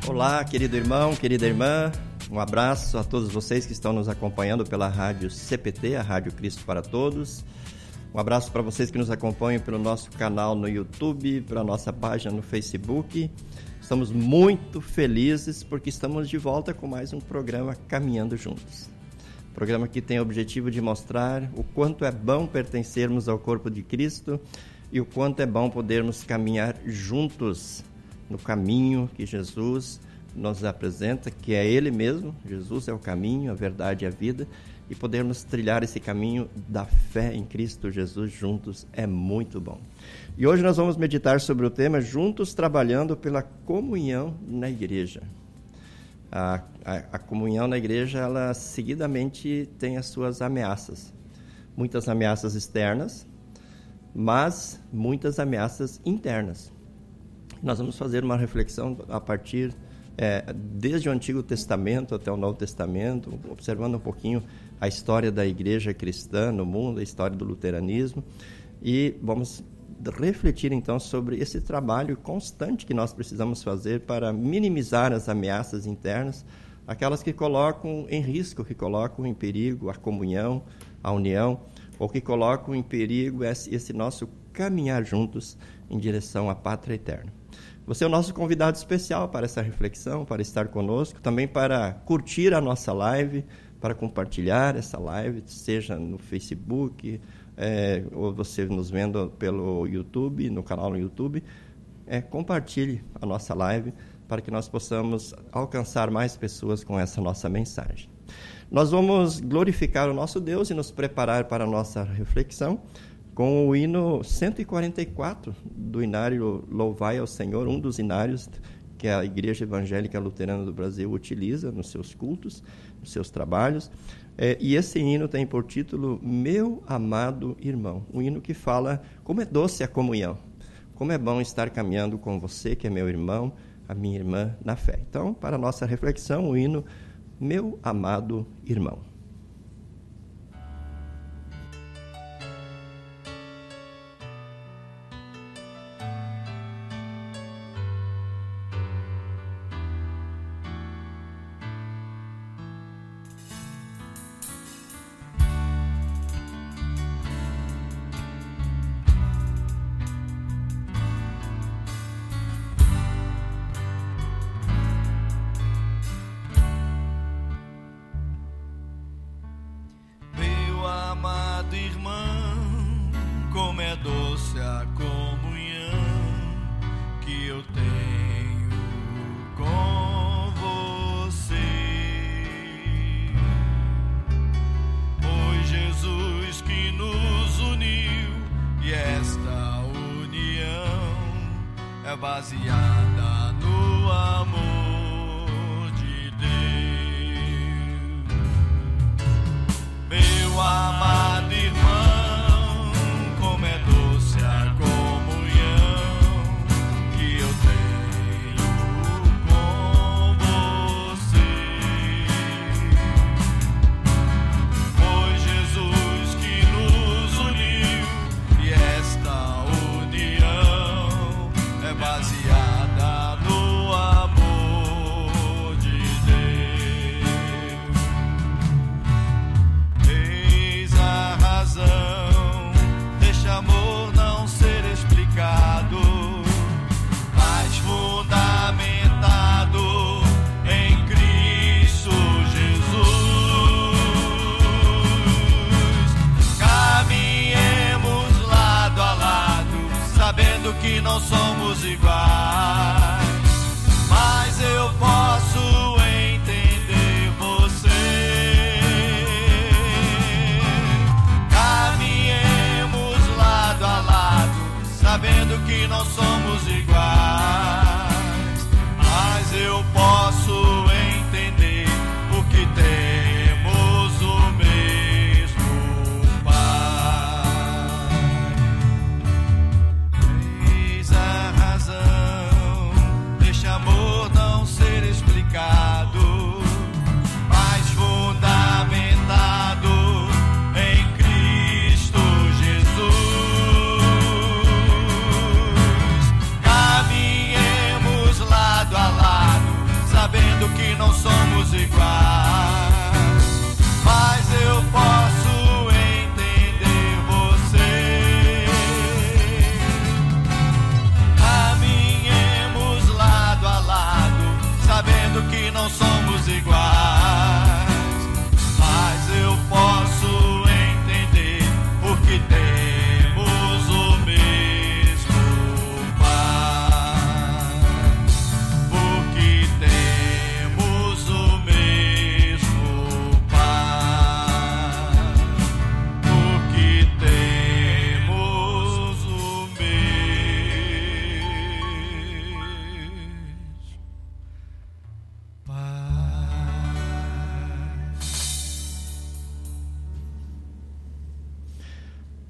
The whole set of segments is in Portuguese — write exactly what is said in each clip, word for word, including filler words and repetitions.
Olá, querido irmão, querida irmã, um abraço a todos vocês que estão nos acompanhando pela Rádio C P T, a Rádio Cristo para Todos. Um abraço para vocês que nos acompanham pelo nosso canal no YouTube, pela nossa página no Facebook. Estamos muito felizes porque estamos de volta com mais um programa Caminhando Juntos. Programa que tem o objetivo de mostrar o quanto é bom pertencermos ao corpo de Cristo e o quanto é bom podermos caminhar juntos no caminho que Jesus nos apresenta, que é Ele mesmo. Jesus é o caminho, a verdade e a vida, e podermos trilhar esse caminho da fé em Cristo Jesus juntos é muito bom. E hoje nós vamos meditar sobre o tema Juntos Trabalhando pela Comunhão na Igreja. A, a, a comunhão na igreja, ela seguidamente tem as suas ameaças. Muitas ameaças externas, mas muitas ameaças internas. Nós vamos fazer uma reflexão a partir, é, desde o Antigo Testamento até o Novo Testamento, observando um pouquinho a história da igreja cristã no mundo, a história do luteranismo, e vamos refletir então sobre esse trabalho constante que nós precisamos fazer para minimizar as ameaças internas, aquelas que colocam em risco, que colocam em perigo a comunhão, a união, ou que colocam em perigo esse, esse nosso caminhar juntos em direção à pátria eterna. Você é o nosso convidado especial para essa reflexão, para estar conosco, também para curtir a nossa live, para compartilhar essa live, seja no Facebook, é, ou você nos vendo pelo YouTube, no canal no YouTube. É, compartilhe a nossa live para que nós possamos alcançar mais pessoas com essa nossa mensagem. Nós vamos glorificar o nosso Deus e nos preparar para a nossa reflexão com o hino cento e quarenta e quatro do Inário Louvai ao Senhor, um dos inários que a Igreja Evangélica Luterana do Brasil utiliza nos seus cultos, nos seus trabalhos. É, e esse hino tem por título Meu Amado Irmão, um hino que fala como é doce a comunhão, como é bom estar caminhando com você, que é meu irmão, a minha irmã na fé. Então, para a nossa reflexão, o hino Meu Amado Irmão. Baseada no amor de Deus, meu amado irmão, como é doce a comunhão que eu tenho com você. Foi Jesus que nos uniu e esta união é baseada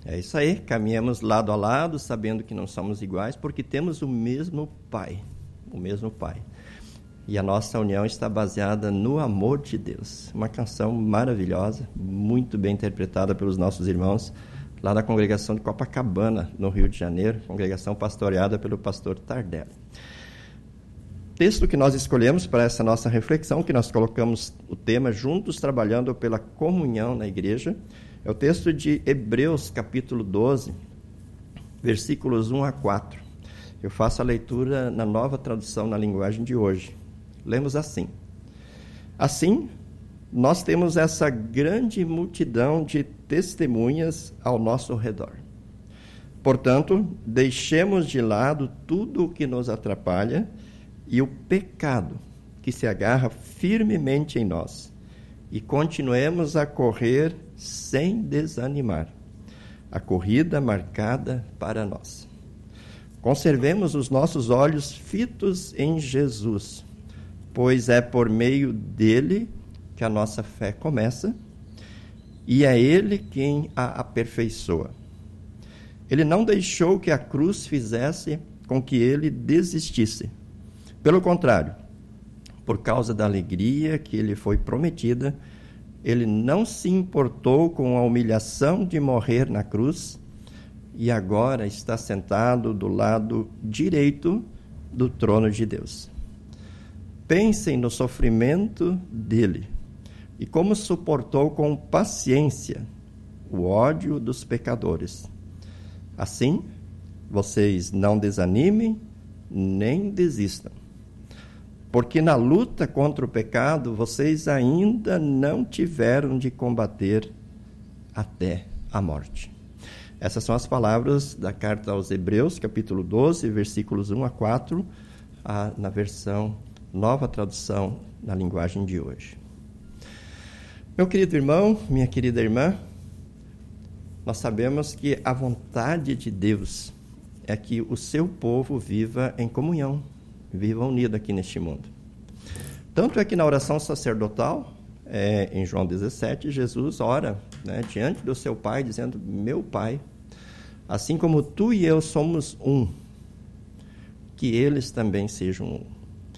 É isso aí, caminhamos lado a lado, sabendo que não somos iguais, porque temos o mesmo Pai, o mesmo Pai. E a nossa união está baseada no amor de Deus. Uma canção maravilhosa, muito bem interpretada pelos nossos irmãos, lá da congregação de Copacabana, no Rio de Janeiro, congregação pastoreada pelo pastor Tardelli. Texto que nós escolhemos para essa nossa reflexão, que nós colocamos o tema Juntos Trabalhando pela Comunhão na Igreja, é o texto de Hebreus, capítulo doze, versículos um a quatro. Eu faço a leitura na nova tradução na linguagem de hoje. Lemos assim: Assim, nós temos essa grande multidão de testemunhas ao nosso redor. Portanto, deixemos de lado tudo o que nos atrapalha e o pecado que se agarra firmemente em nós, e continuemos a correr sem desanimar a corrida marcada para nós. Conservemos os nossos olhos fitos em Jesus, pois é por meio dele que a nossa fé começa, e é ele quem a aperfeiçoa. Ele não deixou que a cruz fizesse com que ele desistisse. Pelo contrário, por causa da alegria que lhe foi prometida, ele não se importou com a humilhação de morrer na cruz, e agora está sentado do lado direito do trono de Deus. Pensem no sofrimento dele e como suportou com paciência o ódio dos pecadores. Assim, vocês não desanimem nem desistam, porque na luta contra o pecado vocês ainda não tiveram de combater até a morte. Essas são as palavras da carta aos Hebreus, capítulo doze, versículos um a quatro, a, na versão nova tradução na linguagem de hoje. Meu querido irmão, minha querida irmã, nós sabemos que a vontade de Deus é que o seu povo viva em comunhão, viva unido aqui neste mundo. Tanto é que na oração sacerdotal, é, em João dezessete, Jesus ora, né, diante do seu Pai, dizendo: meu Pai, assim como tu e eu somos um, que eles também sejam um.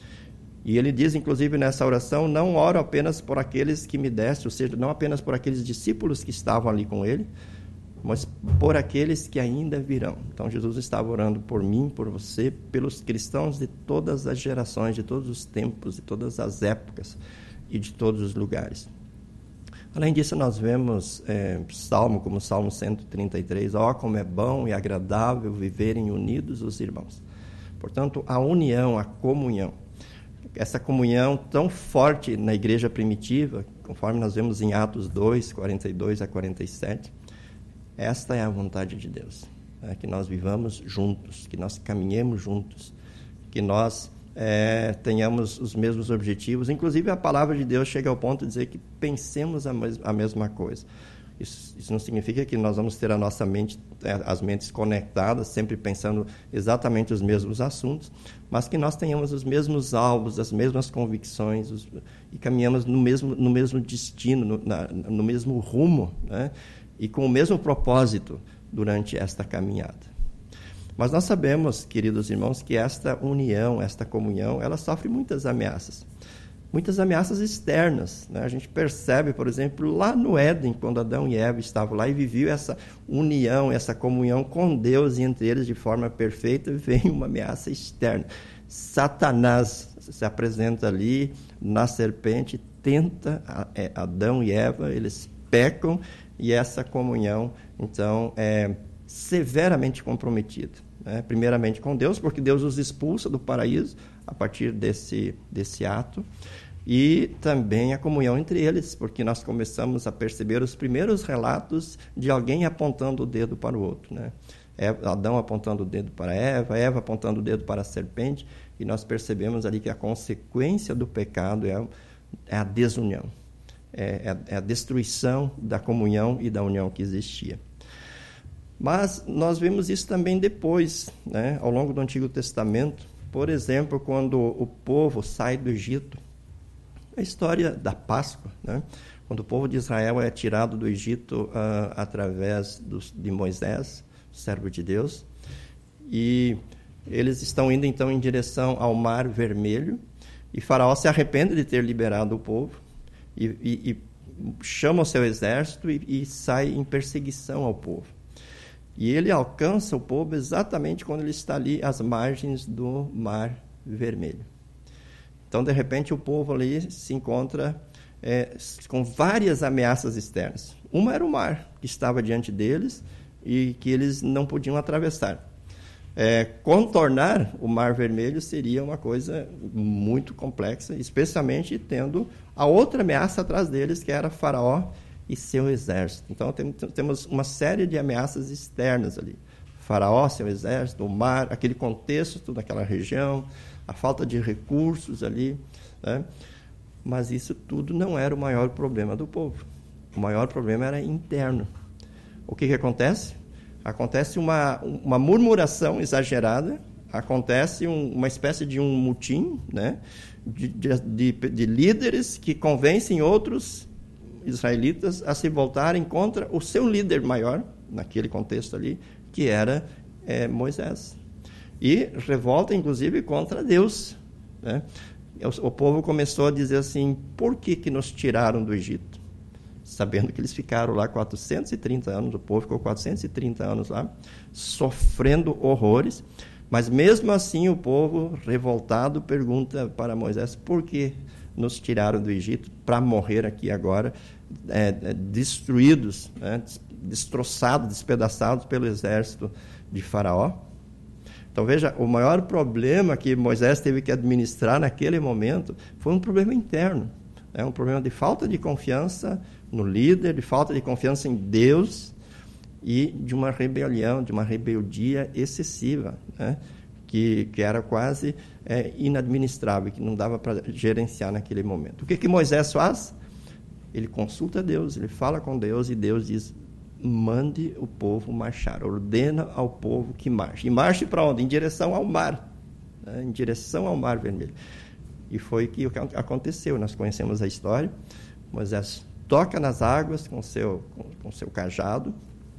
E ele diz, inclusive, nessa oração: não oro apenas por aqueles que me deste, ou seja, não apenas por aqueles discípulos que estavam ali com ele, mas por aqueles que ainda virão. Então, Jesus estava orando por mim, por você, pelos cristãos de todas as gerações, de todos os tempos, de todas as épocas e de todos os lugares. Além disso, nós vemos é, Salmo como Salmo cento e trinta e três, ó, como é bom e agradável viverem unidos os irmãos. Portanto, a união, a comunhão, essa comunhão tão forte na igreja primitiva, conforme nós vemos em Atos dois, quarenta e dois a quarenta e sete, esta é a vontade de Deus, é, que nós vivamos juntos, que nós caminhemos juntos, que nós é, tenhamos os mesmos objetivos. Inclusive, a palavra de Deus chega ao ponto de dizer que pensemos a, mes- a mesma coisa. Isso, isso não significa que nós vamos ter a nossa mente, as mentes conectadas, sempre pensando exatamente os mesmos assuntos, mas que nós tenhamos os mesmos alvos, as mesmas convicções, os, e caminhamos no mesmo, no mesmo destino, no, na, no mesmo rumo, né? E com o mesmo propósito durante esta caminhada. Mas nós sabemos, queridos irmãos, que esta união, esta comunhão, ela sofre muitas ameaças. Muitas ameaças externas, né? A gente percebe, por exemplo, lá no Éden, quando Adão e Eva estavam lá e viviam essa união, essa comunhão com Deus e entre eles de forma perfeita, vem uma ameaça externa. Satanás se apresenta ali na serpente, tenta Adão e Eva, eles pecam, e essa comunhão, então, é severamente comprometida, né? Primeiramente com Deus, porque Deus os expulsa do paraíso a partir desse, desse ato, e também a comunhão entre eles, porque nós começamos a perceber os primeiros relatos de alguém apontando o dedo para o outro, né? Adão apontando o dedo para Eva, Eva apontando o dedo para a serpente, e nós percebemos ali que a consequência do pecado é, é a desunião. É, é a destruição da comunhão e da união que existia. Mas nós vemos isso também depois, né, ao longo do Antigo Testamento. Por exemplo, quando o povo sai do Egito, a história da Páscoa, né, Quando o povo de Israel é tirado do Egito uh, através dos, de Moisés, servo de Deus, e eles estão indo então em direção ao Mar Vermelho, e Faraó se arrepende de ter liberado o povo, e, e, e chama o seu exército e, e sai em perseguição ao povo. E ele alcança o povo exatamente quando ele está ali às margens do Mar Vermelho. Então, de repente, o povo ali se encontra é, com várias ameaças externas. Uma era o mar, que estava diante deles e que eles não podiam atravessar. É, contornar o Mar Vermelho seria uma coisa muito complexa, especialmente tendo a outra ameaça atrás deles, que era Faraó e seu exército. Então, tem, temos uma série de ameaças externas ali. Faraó, seu exército, o mar, aquele contexto daquela região, a falta de recursos ali, né? Mas isso tudo não era o maior problema do povo. O maior problema era interno. O que, que acontece? Acontece uma, uma murmuração exagerada, acontece um, uma espécie de um mutim, né? de, de, de, de líderes que convencem outros israelitas a se voltarem contra o seu líder maior, naquele contexto ali, que era é, Moisés. E revolta, inclusive, contra Deus, né? O, o povo começou a dizer assim: por que, que nos tiraram do Egito? Sabendo que eles ficaram lá quatrocentos e trinta anos, o povo ficou quatrocentos e trinta anos lá, sofrendo horrores, mas mesmo assim o povo, revoltado, pergunta para Moisés: por que nos tiraram do Egito para morrer aqui agora, é, é, destruídos, né, destroçados, despedaçados pelo exército de Faraó? Então, veja, o maior problema que Moisés teve que administrar naquele momento foi um problema interno, né, um problema de falta de confiança no líder, de falta de confiança em Deus e de uma rebelião, de uma rebeldia excessiva, né, que, que era quase é, inadministrável, que não dava para gerenciar naquele momento. O que, que Moisés faz? Ele consulta Deus, ele fala com Deus e Deus diz: mande o povo marchar, ordena ao povo que marche. E marche para onde? Em direção ao mar, né? Em direção ao Mar Vermelho. E foi que o que aconteceu, nós conhecemos a história. Moisés toca nas águas com seu, com, com seu cajado,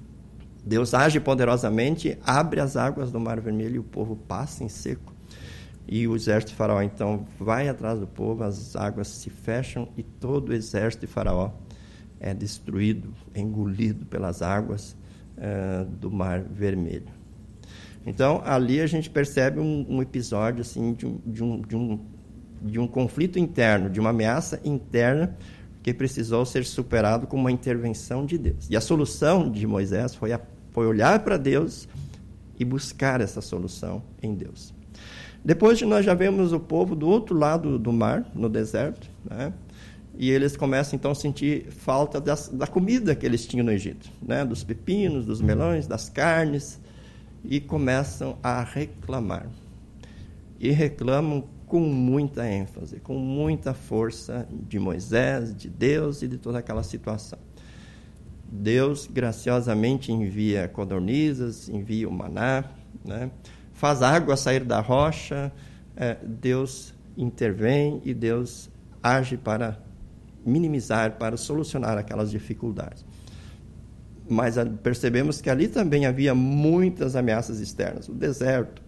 Deus age poderosamente, abre as águas do Mar Vermelho e o povo passa em seco. E o exército de Faraó, então, vai atrás do povo, as águas se fecham e todo o exército de Faraó é destruído, engolido pelas águas uh, do Mar Vermelho. Então, ali a gente percebe um, um episódio assim, de, um, de, um, de, um, de um conflito interno, de uma ameaça interna que precisou ser superado com uma intervenção de Deus. E a solução de Moisés foi, a, foi olhar para Deus e buscar essa solução em Deus. Depois de nós já vemos o povo do outro lado do mar, no deserto, né? E eles começam, então, a sentir falta das, da comida que eles tinham no Egito, né? Dos pepinos, dos melões, das carnes, e começam a reclamar. E reclamam com muita ênfase, com muita força de Moisés, de Deus e de toda aquela situação. Deus graciosamente envia codornizes, envia o maná, né? Faz a água sair da rocha, é, Deus intervém e Deus age para minimizar, para solucionar aquelas dificuldades. Mas percebemos que ali também havia muitas ameaças externas. O deserto,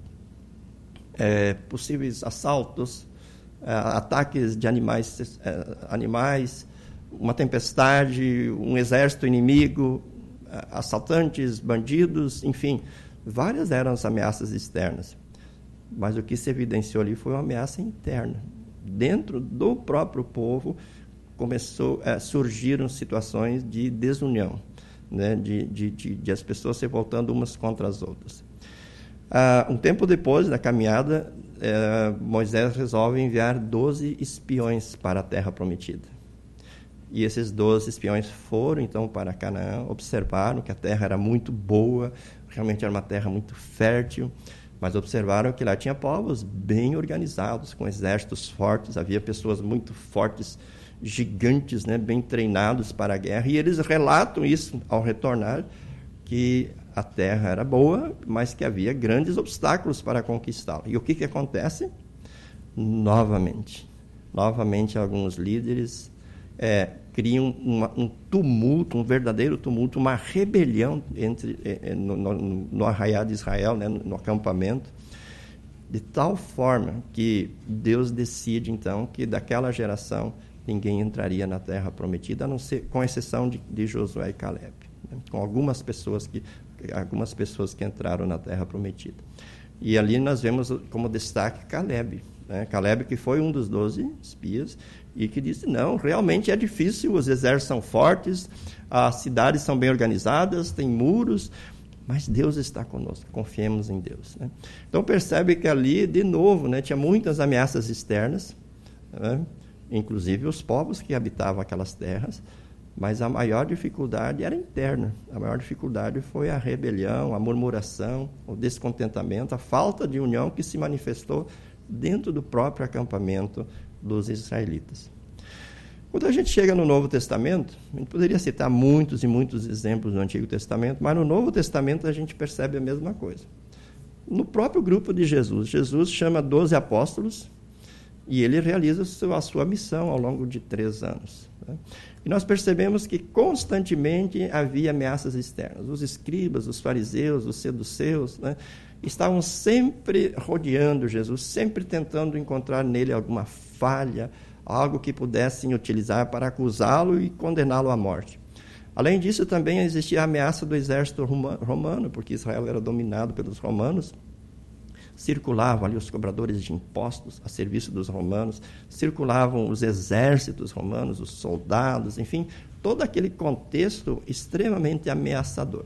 é, possíveis assaltos, é, ataques de animais, é, animais, uma tempestade, um exército inimigo, é, assaltantes, bandidos, enfim, várias eram as ameaças externas. Mas o que se evidenciou ali foi uma ameaça interna. Dentro do próprio povo, começou a surgiram situações de desunião, né? de, de, de, de as pessoas se voltando umas contra as outras. Ah, um tempo depois da caminhada, eh, Moisés resolve enviar doze espiões para a terra prometida. E esses doze espiões foram, então, para Canaã, observaram que a terra era muito boa, realmente era uma terra muito fértil, mas observaram que lá tinha povos bem organizados, com exércitos fortes, havia pessoas muito fortes, gigantes, né, bem treinados para a guerra, e eles relatam isso ao retornar, que a terra era boa, mas que havia grandes obstáculos para conquistá-la. E o que, que acontece? Novamente, novamente alguns líderes é, criam uma, um tumulto, um verdadeiro tumulto, uma rebelião entre, no, no, no arraial de Israel, né, no acampamento, de tal forma que Deus decide, então, que daquela geração ninguém entraria na terra prometida, a não ser, com exceção de, de Josué e Caleb, né, com algumas pessoas, que, algumas pessoas que entraram na terra prometida. E ali nós vemos como destaque Caleb, né, Caleb que foi um dos doze espias, e que disse, não, realmente é difícil, os exércitos são fortes, as cidades são bem organizadas, tem muros, mas Deus está conosco, confiemos em Deus. Né? Então percebe que ali, de novo, né, tinha muitas ameaças externas, né, inclusive os povos que habitavam aquelas terras, mas a maior dificuldade era interna. A maior dificuldade foi a rebelião, a murmuração, o descontentamento, a falta de união que se manifestou dentro do próprio acampamento dos israelitas. Quando a gente chega no Novo Testamento, a gente poderia citar muitos e muitos exemplos do Antigo Testamento, mas no Novo Testamento a gente percebe a mesma coisa. No próprio grupo de Jesus, Jesus chama doze apóstolos e ele realiza a sua missão ao longo de três anos. Né? E nós percebemos que constantemente havia ameaças externas. Os escribas, os fariseus, os seduceus, né, estavam sempre rodeando Jesus, sempre tentando encontrar nele alguma falha, algo que pudessem utilizar para acusá-lo e condená-lo à morte. Além disso, também existia a ameaça do exército romano, porque Israel era dominado pelos romanos. Circulavam ali os cobradores de impostos a serviço dos romanos, circulavam os exércitos romanos, os soldados, enfim, todo aquele contexto extremamente ameaçador.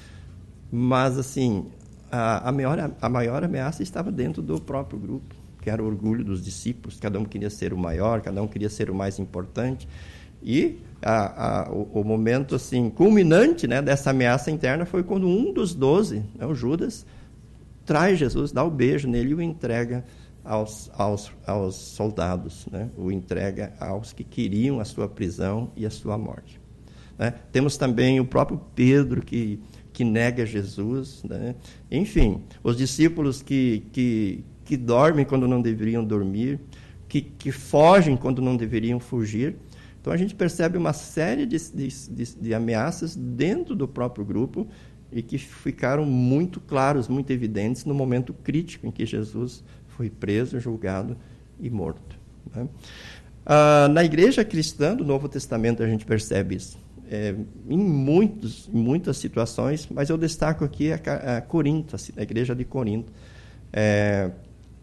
Mas, assim, a, a, maior, a maior ameaça estava dentro do próprio grupo, que era o orgulho dos discípulos. Cada um queria ser o maior, cada um queria ser o mais importante. E a, a, o, o momento assim, culminante, né, dessa ameaça interna foi quando um dos doze, né, o Judas, traz Jesus, dá o beijo nele e o entrega aos, aos, aos soldados, né, o entrega aos que queriam a sua prisão e a sua morte. Né? Temos também o próprio Pedro, que, que nega Jesus. Né? Enfim, os discípulos que... que que dormem quando não deveriam dormir, que, que fogem quando não deveriam fugir. Então, a gente percebe uma série de, de, de, de ameaças dentro do próprio grupo e que ficaram muito claros, muito evidentes no momento crítico em que Jesus foi preso, julgado e morto. Né? Ah, na igreja cristã do Novo Testamento, a gente percebe isso. É, em, muitos, em muitas situações, mas eu destaco aqui a, a Corinto, a igreja de Corinto. É,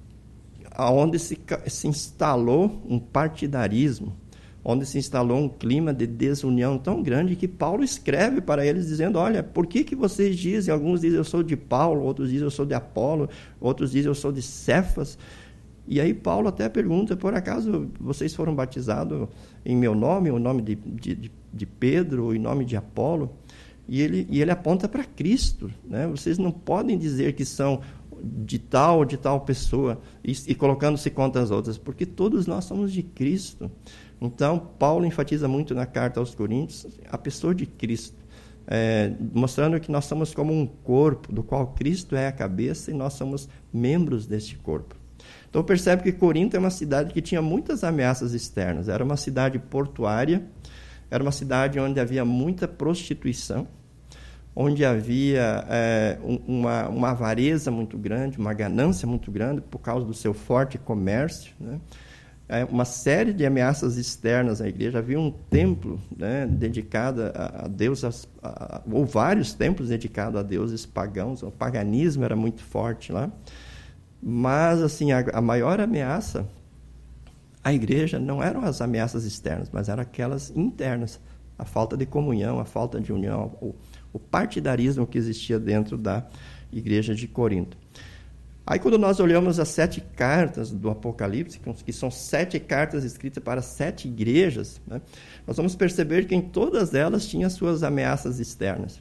onde se, se instalou um partidarismo, onde se instalou um clima de desunião tão grande que Paulo escreve para eles dizendo, olha, por que, que vocês dizem, alguns dizem eu sou de Paulo, outros dizem eu sou de Apolo, outros dizem eu sou de Cefas. E aí Paulo até pergunta, por acaso vocês foram batizados em meu nome, o nome de, de, de Pedro, ou em nome de Apolo? E ele, e ele aponta para Cristo, né? Vocês não podem dizer que são de tal ou de tal pessoa, e, e colocando-se contra as outras, porque todos nós somos de Cristo. Então, Paulo enfatiza muito na carta aos Coríntios a pessoa de Cristo, é, mostrando que nós somos como um corpo, do qual Cristo é a cabeça, e nós somos membros deste corpo. Então, percebe que Corinto é uma cidade que tinha muitas ameaças externas. Era uma cidade portuária, era uma cidade onde havia muita prostituição, onde havia é, uma, uma avareza muito grande, uma ganância muito grande por causa do seu forte comércio, né? É, uma série de ameaças externas à igreja. Havia um templo, né, dedicado a, a deuses, a, ou vários templos dedicados a deuses pagãos. O paganismo era muito forte lá. Mas assim, a, a maior ameaça à igreja não eram as ameaças externas, mas eram aquelas internas. A falta de comunhão, a falta de união, o, o partidarismo que existia dentro da igreja de Corinto. Aí, quando nós olhamos as sete cartas do Apocalipse, que são sete cartas escritas para sete igrejas, né, nós vamos perceber que em todas elas tinha suas ameaças externas.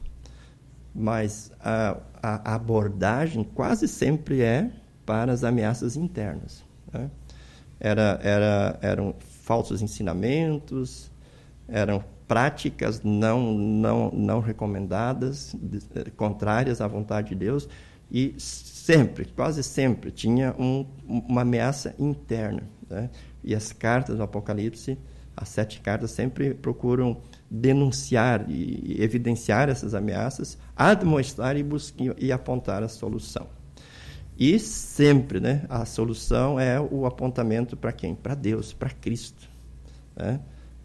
Mas a, a abordagem quase sempre é para as ameaças internas. Né? Era, era, eram falsos ensinamentos, eram práticas não, não, não recomendadas, contrárias à vontade de Deus, e sempre, quase sempre, tinha um, uma ameaça interna. Né? E as cartas do Apocalipse As sete cartas sempre procuram denunciar e evidenciar essas ameaças, admoestar e, buscar, e apontar a solução. E sempre, né, a solução é o apontamento para quem? Para Deus, para Cristo, né?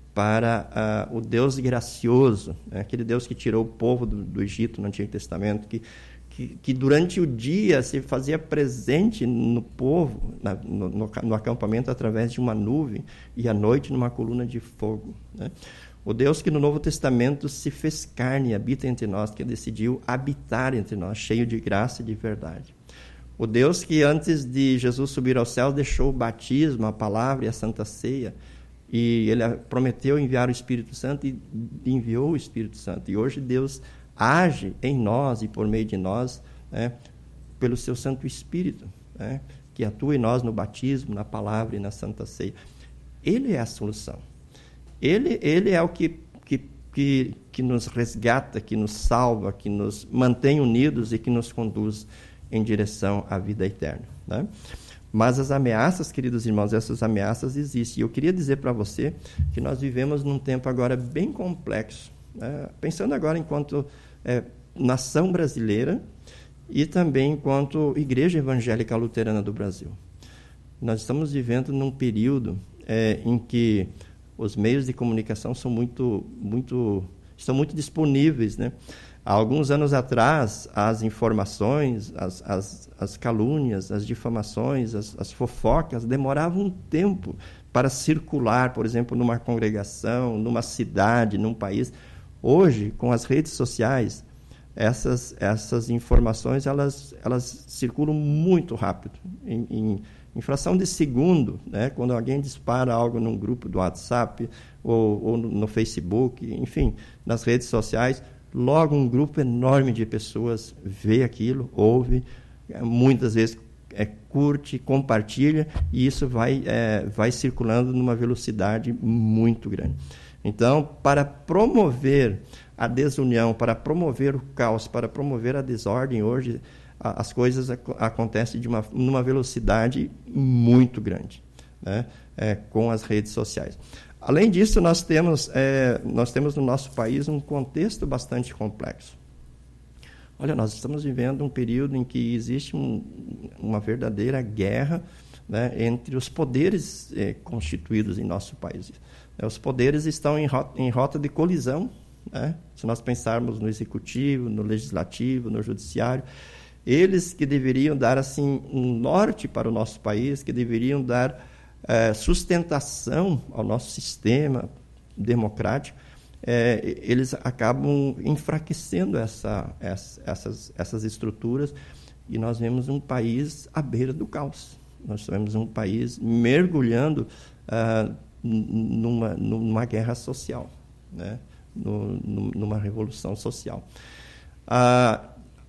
Para uh, o Deus gracioso, né? Aquele Deus que tirou o povo do, do Egito no Antigo Testamento, que, que, que durante o dia se fazia presente no povo, na, no, no, no acampamento, através de uma nuvem, e à noite numa coluna de fogo, né? O Deus que no Novo Testamento se fez carne e habita entre nós, que decidiu habitar entre nós, cheio de graça e de verdade. O Deus que antes de Jesus subir aos céus deixou o batismo, a palavra e a Santa Ceia, e ele prometeu enviar o Espírito Santo e enviou o Espírito Santo. E hoje Deus age em nós e por meio de nós, né, pelo seu Santo Espírito, né, que atua em nós no batismo, na palavra e na Santa Ceia. Ele é a solução. Ele, ele é o que, que, que, que nos resgata, que nos salva, que nos mantém unidos e que nos conduz em direção à vida eterna, né? Mas as ameaças, queridos irmãos, essas ameaças existem. E eu queria dizer para você que nós vivemos num tempo agora bem complexo, né? Pensando agora enquanto é, nação brasileira e também enquanto Igreja Evangélica Luterana do Brasil. Nós estamos vivendo num período é, em que os meios de comunicação são muito, muito, estão muito disponíveis, né? Há alguns anos atrás, as informações, as, as, as calúnias, as difamações, as, as fofocas demoravam um tempo para circular, por exemplo, numa congregação, numa cidade, num país. Hoje, com as redes sociais, essas, essas informações elas, elas circulam muito rápido, em, em em fração de segundo, né, quando alguém dispara algo num grupo do WhatsApp ou, ou no, no Facebook, enfim, nas redes sociais, logo um grupo enorme de pessoas vê aquilo, ouve, muitas vezes é, curte, compartilha, e isso vai, é, vai circulando numa velocidade muito grande. Então, para promover a desunião, para promover o caos, para promover a desordem hoje, as coisas ac- acontecem de uma, numa velocidade muito grande, né? É, com as redes sociais. Além disso, nós temos, é, nós temos no nosso país um contexto bastante complexo. Olha, nós estamos vivendo um período em que existe um, uma verdadeira guerra, né, entre os poderes é, constituídos em nosso país. Os poderes estão em rota, em rota de colisão, né? Se nós pensarmos no executivo, no legislativo, no judiciário, eles que deveriam dar assim um norte para o nosso país, que deveriam dar eh, sustentação ao nosso sistema democrático, eh, eles acabam enfraquecendo essa, essa, essas, essas estruturas, e nós vemos um país à beira do caos. Nós vemos um país mergulhando ah, numa, numa guerra social, né? No, numa revolução social. Ah,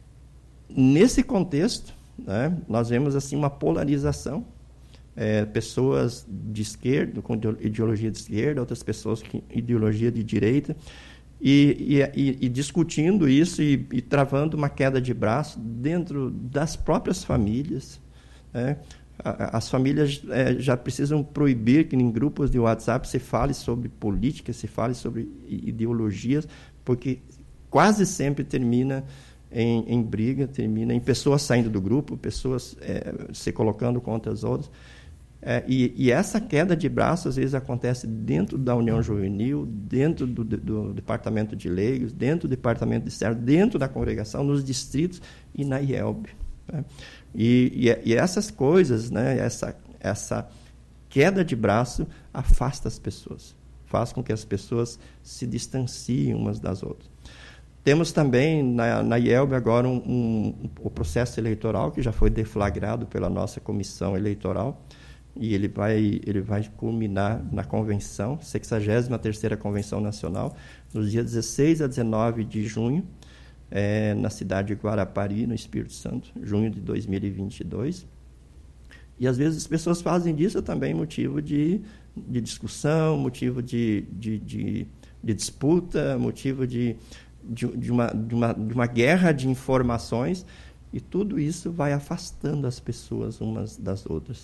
Nesse contexto, né, nós vemos assim uma polarização, é, pessoas de esquerda, com ideologia de esquerda, outras pessoas com ideologia de direita, e, e, e discutindo isso e, e travando uma queda de braço dentro das próprias famílias, né? As famílias é, já precisam proibir que em grupos de WhatsApp se fale sobre política, se fale sobre ideologias, porque quase sempre termina Em, em briga, termina em pessoas saindo do grupo, pessoas é, se colocando contra as outras. É, e, e essa queda de braço, às vezes, acontece dentro da União Juvenil, dentro do, do, do Departamento de Leigos, dentro do Departamento de Servo, dentro da congregação, nos distritos e na I E L B. Né? E, e, e essas coisas, né, essa, essa queda de braço afasta as pessoas, faz com que as pessoas se distanciem umas das outras. Temos também na, na I E L B agora um, um, o processo eleitoral, que já foi deflagrado pela nossa comissão eleitoral, e ele vai, ele vai culminar na convenção, sexagésima terceira Convenção Nacional, nos dias dezesseis a dezenove de junho, é, na cidade de Guarapari, no Espírito Santo, junho de dois mil e vinte e dois. E, às vezes, as pessoas fazem disso também motivo de, de discussão, motivo de, de, de, de disputa, motivo de... De, de, uma, de, uma, de uma guerra de informações, e tudo isso vai afastando as pessoas umas das outras.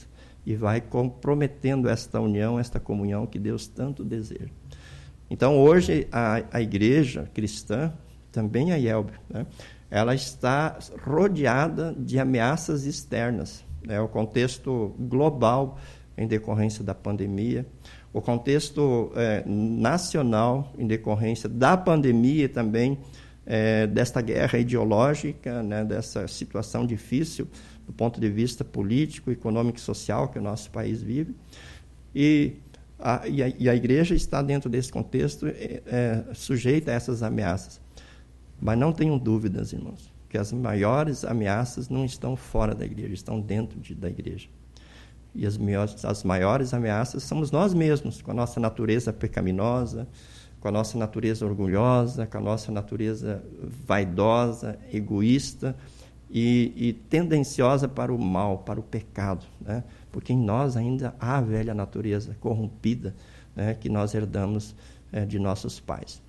e vai comprometendo esta união, esta comunhão que Deus tanto deseja. Então, hoje, a, a igreja cristã, também a I E L B, né, ela está rodeada de ameaças externas. Né, o contexto global em decorrência da pandemia, o contexto é, nacional em decorrência da pandemia e também é, desta guerra ideológica, né, dessa situação difícil do ponto de vista político, econômico e social que o nosso país vive. E a, e a, e a igreja está dentro desse contexto é, é, sujeita a essas ameaças. Mas não tenham dúvidas, irmãos, que as maiores ameaças não estão fora da igreja, estão dentro de, da igreja. E as maiores, as maiores ameaças somos nós mesmos, com a nossa natureza pecaminosa, com a nossa natureza orgulhosa, com a nossa natureza vaidosa, egoísta e, e tendenciosa para o mal, para o pecado, né? Porque em nós ainda há a velha natureza corrompida, né, que nós herdamos é, de nossos pais.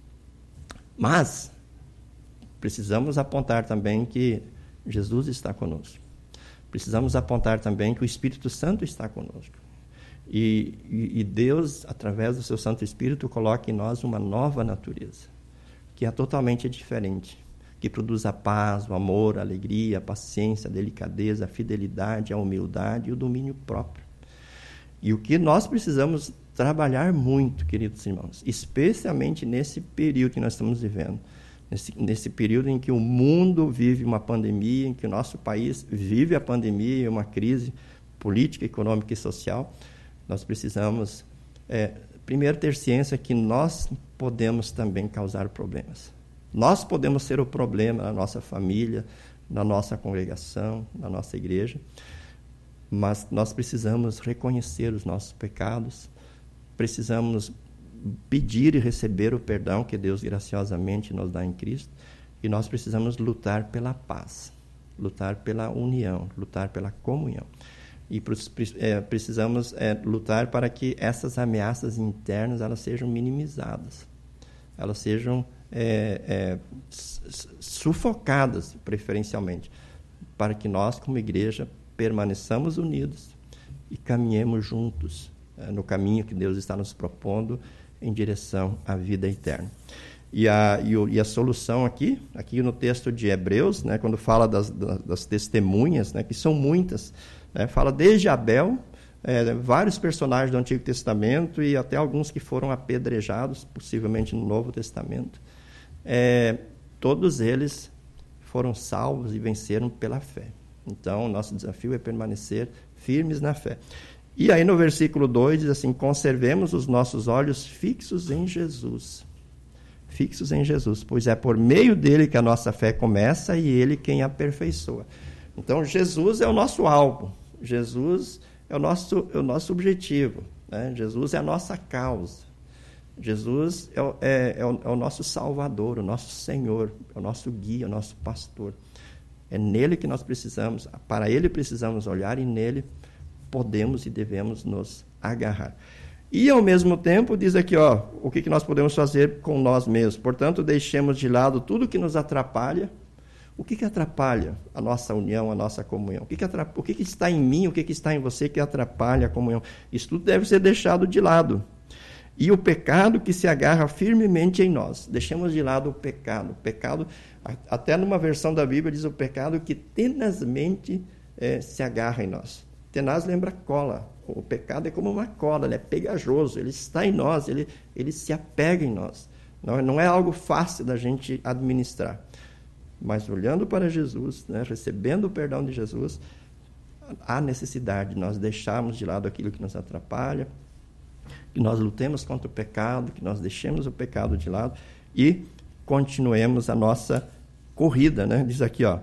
Mas precisamos apontar também que Jesus está conosco. Precisamos apontar também que o Espírito Santo está conosco. E, e, e Deus, através do seu Santo Espírito, coloca em nós uma nova natureza, que é totalmente diferente, que produz a paz, o amor, a alegria, a paciência, a delicadeza, a fidelidade, a humildade e o domínio próprio. E o que nós precisamos trabalhar muito, queridos irmãos, especialmente nesse período que nós estamos vivendo, Nesse, nesse período em que o mundo vive uma pandemia, em que o nosso país vive a pandemia, uma crise política, econômica e social, nós precisamos, é, primeiro, ter ciência que nós podemos também causar problemas. Nós podemos ser o problema na nossa família, na nossa congregação, na nossa igreja, mas nós precisamos reconhecer os nossos pecados, precisamos pedir e receber o perdão que Deus graciosamente nos dá em Cristo, e nós precisamos lutar pela paz, lutar pela união, lutar pela comunhão. E é, precisamos é, lutar para que essas ameaças internas elas sejam minimizadas, elas sejam é, é, sufocadas, preferencialmente, para que nós, como igreja, permaneçamos unidos e caminhemos juntos é, no caminho que Deus está nos propondo em direção à vida eterna. E a, e, o, e a solução aqui, aqui no texto de Hebreus, né, quando fala das, das, das testemunhas, né, que são muitas, né, fala desde Abel, é, vários personagens do Antigo Testamento e até alguns que foram apedrejados, possivelmente no Novo Testamento. É, todos eles foram salvos e venceram pela fé. Então, o nosso desafio é permanecer firmes na fé. E aí no versículo dois diz assim, conservemos os nossos olhos fixos em Jesus. Fixos em Jesus, pois é por meio dele que a nossa fé começa e ele quem aperfeiçoa. Então Jesus é o nosso alvo, Jesus é o nosso, é o nosso objetivo, né? Jesus é a nossa causa. Jesus é, é, é, o, é o nosso Salvador, o nosso Senhor, é o nosso guia, o nosso pastor. É nele que nós precisamos, para ele precisamos olhar e nele podemos e devemos nos agarrar. E, ao mesmo tempo, diz aqui, ó, o que, que nós podemos fazer com nós mesmos. Portanto, deixemos de lado tudo que nos atrapalha. O que, que atrapalha a nossa união, a nossa comunhão? O, que, que, atrapalha, o que, que está em mim, o que, que está em você que atrapalha a comunhão? Isso tudo deve ser deixado de lado. E o pecado que se agarra firmemente em nós. Deixemos de lado o pecado. O pecado, até numa versão da Bíblia, diz o pecado que tenazmente é, se agarra em nós. Tenaz lembra cola. O pecado é como uma cola, ele é pegajoso, ele está em nós, ele, ele se apega em nós. Não, não é algo fácil da gente administrar. Mas olhando para Jesus, né, recebendo o perdão de Jesus, há necessidade de nós deixarmos de lado aquilo que nos atrapalha, que nós lutemos contra o pecado, que nós deixemos o pecado de lado e continuemos a nossa corrida, né? Diz aqui, ó,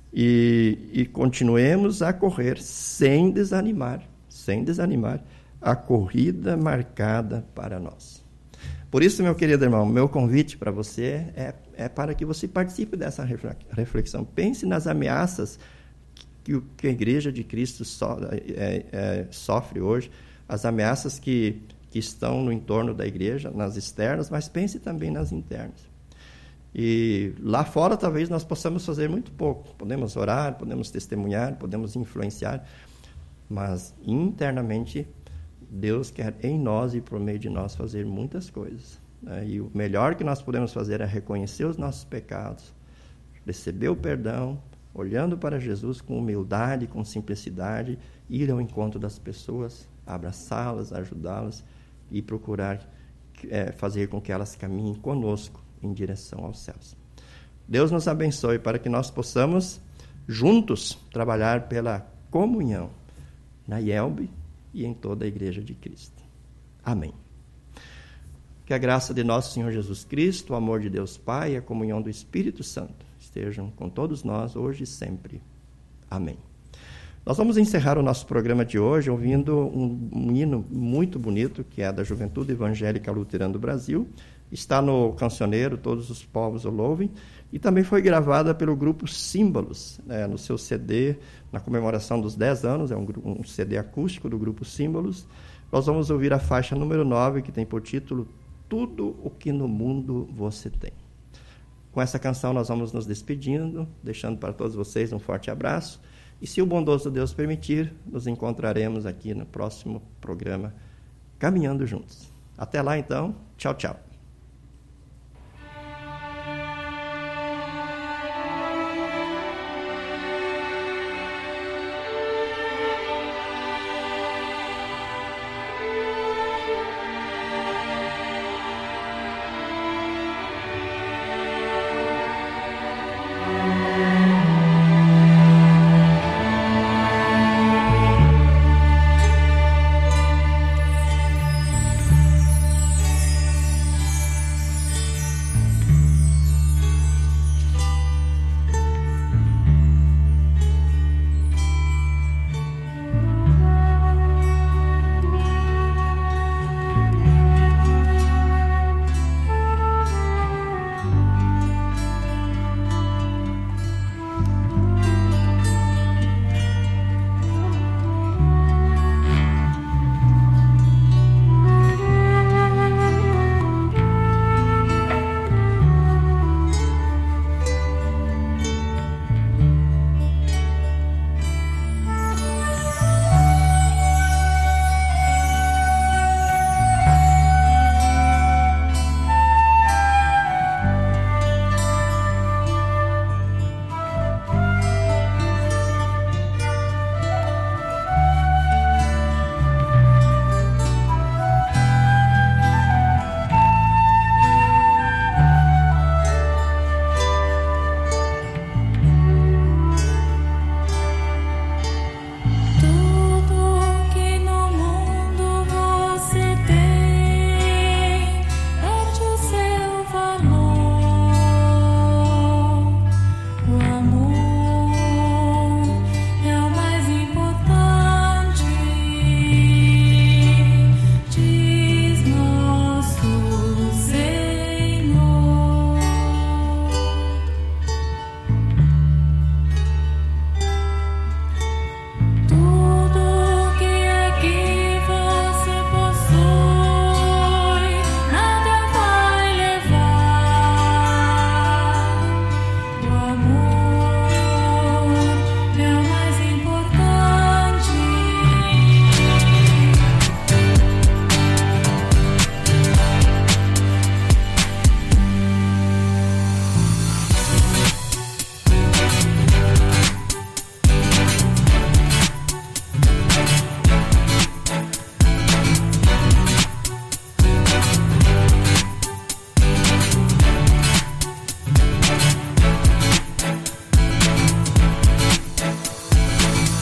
e, e continuemos a correr sem desanimar, sem desanimar, a corrida marcada para nós. Por isso, meu querido irmão, meu convite para você é, é para que você participe dessa reflexão. Pense nas ameaças que, que a Igreja de Cristo so, é, é, sofre hoje, as ameaças que, que estão no entorno da igreja, nas externas, mas pense também nas internas. E lá fora, talvez, nós possamos fazer muito pouco. Podemos orar, podemos testemunhar, podemos influenciar, mas internamente Deus quer em nós e por meio de nós fazer muitas coisas. Né? E o melhor que nós podemos fazer é reconhecer os nossos pecados, receber o perdão, olhando para Jesus com humildade, com simplicidade, ir ao encontro das pessoas, abraçá-las, ajudá-las e procurar é, fazer com que elas caminhem conosco em direção aos céus. Deus nos abençoe para que nós possamos juntos trabalhar pela comunhão na I E L B e em toda a Igreja de Cristo. Amém. Que a graça de nosso Senhor Jesus Cristo, o amor de Deus Pai e a comunhão do Espírito Santo estejam com todos nós hoje e sempre. Amém. Nós vamos encerrar o nosso programa de hoje ouvindo um, um hino muito bonito, que é da Juventude Evangélica Luterana do Brasil. Está no cancioneiro Todos os Povos o Louvem, e também foi gravada pelo grupo Símbolos, né, no seu C D, na comemoração dos dez anos, é um, um C D acústico do grupo Símbolos. Nós vamos ouvir a faixa número nove, que tem por título Tudo o que no mundo você tem. Com essa canção nós vamos nos despedindo, deixando para todos vocês um forte abraço. E se o bondoso Deus permitir, nos encontraremos aqui no próximo programa Caminhando Juntos. Até lá então, tchau, tchau.